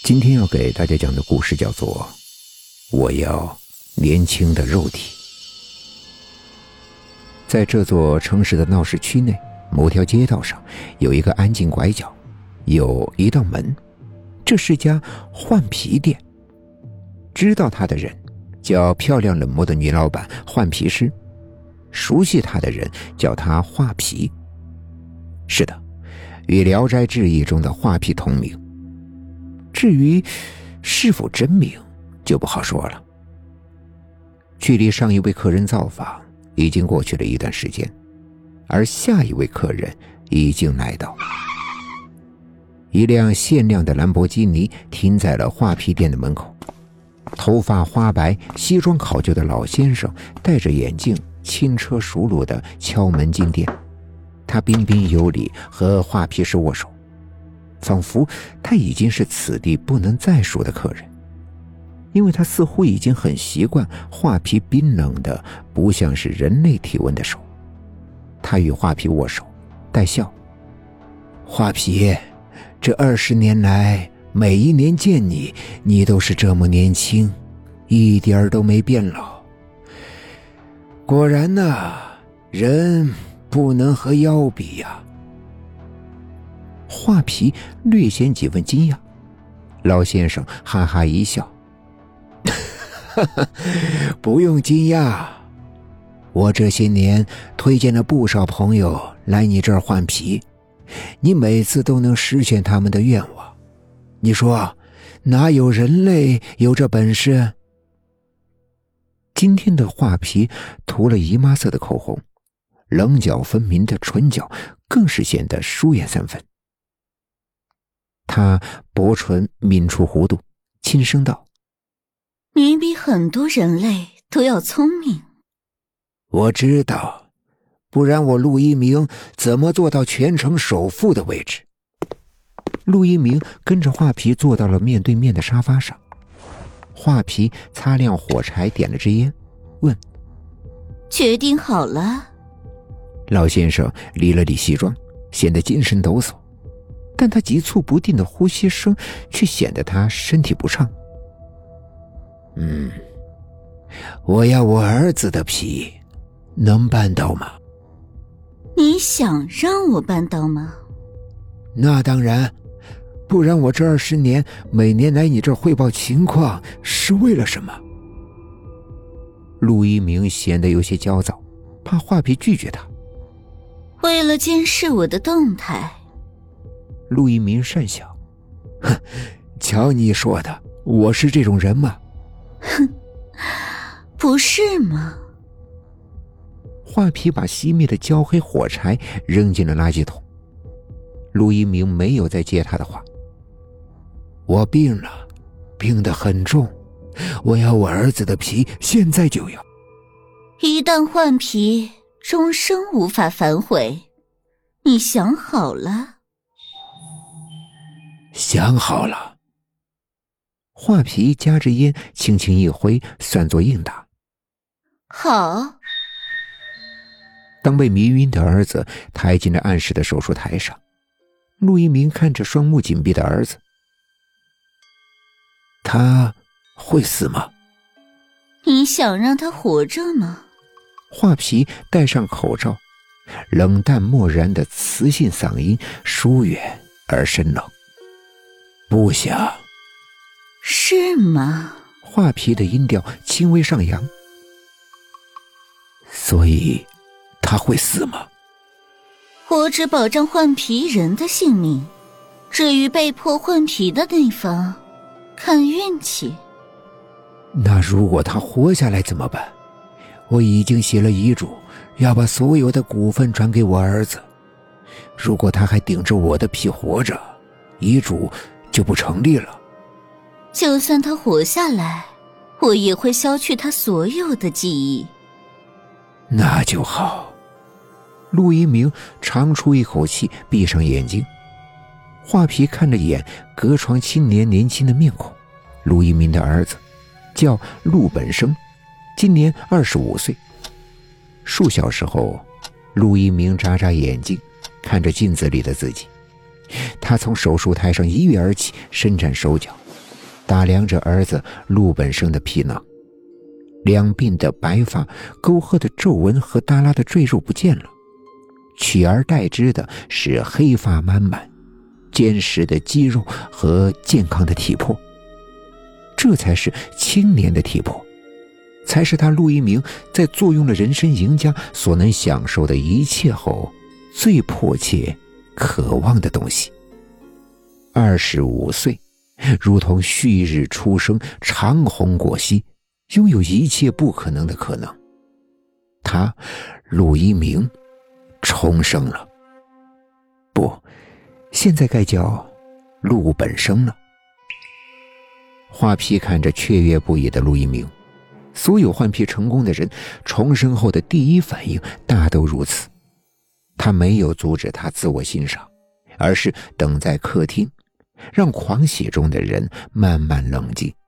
今天要给大家讲的故事叫做我要年轻的肉体。在这座城市的闹市区内，某条街道上有一个安静拐角，有一道门，这是家换皮店。知道他的人叫漂亮冷漠的女老板换皮师，熟悉他的人叫他画皮。是的，与《聊斋志异》中的画皮同名。至于是否真名就不好说了。距离上一位客人造访已经过去了一段时间，而下一位客人已经来到。一辆限量的兰博基尼停在了画皮店的门口，头发花白、西装考究的老先生戴着眼镜，轻车熟路地敲门进店。他彬彬有礼和画皮师握手，仿佛他已经是此地不能再熟的客人，因为他似乎已经很习惯画皮冰冷的不像是人类体温的手。他与画皮握手带笑，画皮，这20年来每一年见你，你都是这么年轻，一点都没变老。果然呐，人不能和妖比呀。画皮略显几分惊讶，老先生哈哈一笑，不用惊讶，我这些年推荐了不少朋友来你这儿换皮，你每次都能实现他们的愿望。你说哪有人类有这本事？今天的画皮涂了姨妈色的口红，棱角分明的唇角更是显得疏远3分。他薄唇抿出弧度，轻声道： 你比很多人类都要聪明。 我知道，不然我陆一鸣怎么做到全城首富的位置？陆一鸣跟着画皮坐到了面对面的沙发上，画皮擦亮火柴，点了支烟，问： 决定好了？ 老先生理了理西装，显得精神抖擞，但他急促不定的呼吸声却显得他身体不畅。我要我儿子的皮，能办到吗？ 你想让我办到吗？ 那当然，不然我这20年每年来你这儿汇报情况是为了什么？陆一鸣显得有些焦躁，怕画皮拒绝他。 为了监视我的动态。 陆一鸣讪笑，哼，瞧你说的，我是这种人吗？ 哼，不是吗？ 画皮把熄灭的焦黑火柴扔进了垃圾桶。陆一鸣没有再接他的话。我病了，病得很重，我要我儿子的皮，现在就要。 一旦换皮，终生无法反悔。你想好了？ 想好了。画皮夹着烟轻轻一挥，算作应答。 好。 当被迷晕的儿子抬进了暗室的手术台上，陆一鸣看着双目紧闭的儿子。他会死吗？ 你想让他活着吗？ 画皮戴上口罩，冷淡漠然的磁性嗓音疏远而深冷。不想。 是吗？ 画皮的音调轻微上扬。所以他会死吗？ 我只保障换皮人的性命，至于被迫换皮的那方，看运气。 那如果他活下来怎么办？我已经写了遗嘱，要把所有的股份转给我儿子。如果他还顶着我的皮活着，遗嘱就不成立了。 就算他活下来，我也会消去他所有的记忆。 那就好。陆一鸣长出一口气，闭上眼睛。画皮看了眼隔床青年年轻的面孔，陆一鸣的儿子叫陆本生，今年25岁。数小时后，陆一鸣眨眨眼睛，看着镜子里的自己。他从手术台上一跃而起，伸展手脚， 打量着儿子陆本生的皮囊，两鬓的白发、沟壑的皱纹和耷拉的赘肉不见了，取而代之的是黑发满满、坚实的肌肉和健康的体魄。这才是青年的体魄，才是他陆一鸣在坐拥了人生赢家所能享受的一切后最迫切渴望的东西。25岁，如同旭日初升，长虹过隙，拥有一切不可能的可能。他陆一鸣重生了，不，现在该叫陆本生了。画皮看着雀跃不已的陆一鸣，所有换皮成功的人重生后的第一反应大都如此。他没有阻止他自我欣赏，而是等在客厅，让狂喜中的人慢慢冷静。